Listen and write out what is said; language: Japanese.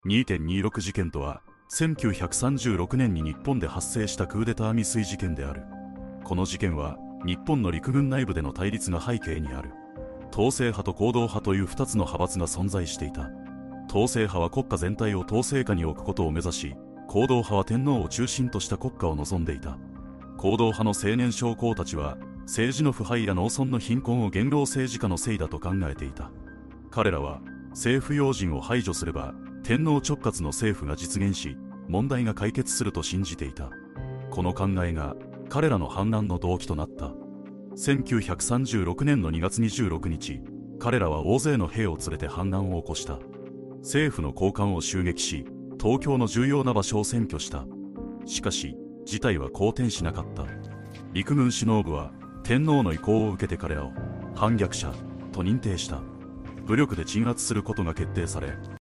2.26 事件とは、1936年に日本で発生したクーデター未遂事件である。この事件は、日本の陸軍内部での対立が背景にある。統制派と行動派という2つの派閥が存在していた。統制派は国家全体を統制下に置くことを目指し、行動派は天皇を中心とした国家を望んでいた。行動派の青年将校たちは、政治の腐敗や農村の貧困を元老政治家のせいだと考えていた。彼らは、政府要人を排除すれば、天皇直轄の政府が実現し、問題が解決すると信じていた。この考えが、彼らの反乱の動機となった。1936年の2月26日、彼らは大勢の兵を連れて反乱を起こした。政府の高官を襲撃し、東京の重要な場所を占拠した。しかし、事態は好転しなかった。陸軍首脳部は、天皇の意向を受けて彼らを反逆者と認定した。武力で鎮圧することが決定され、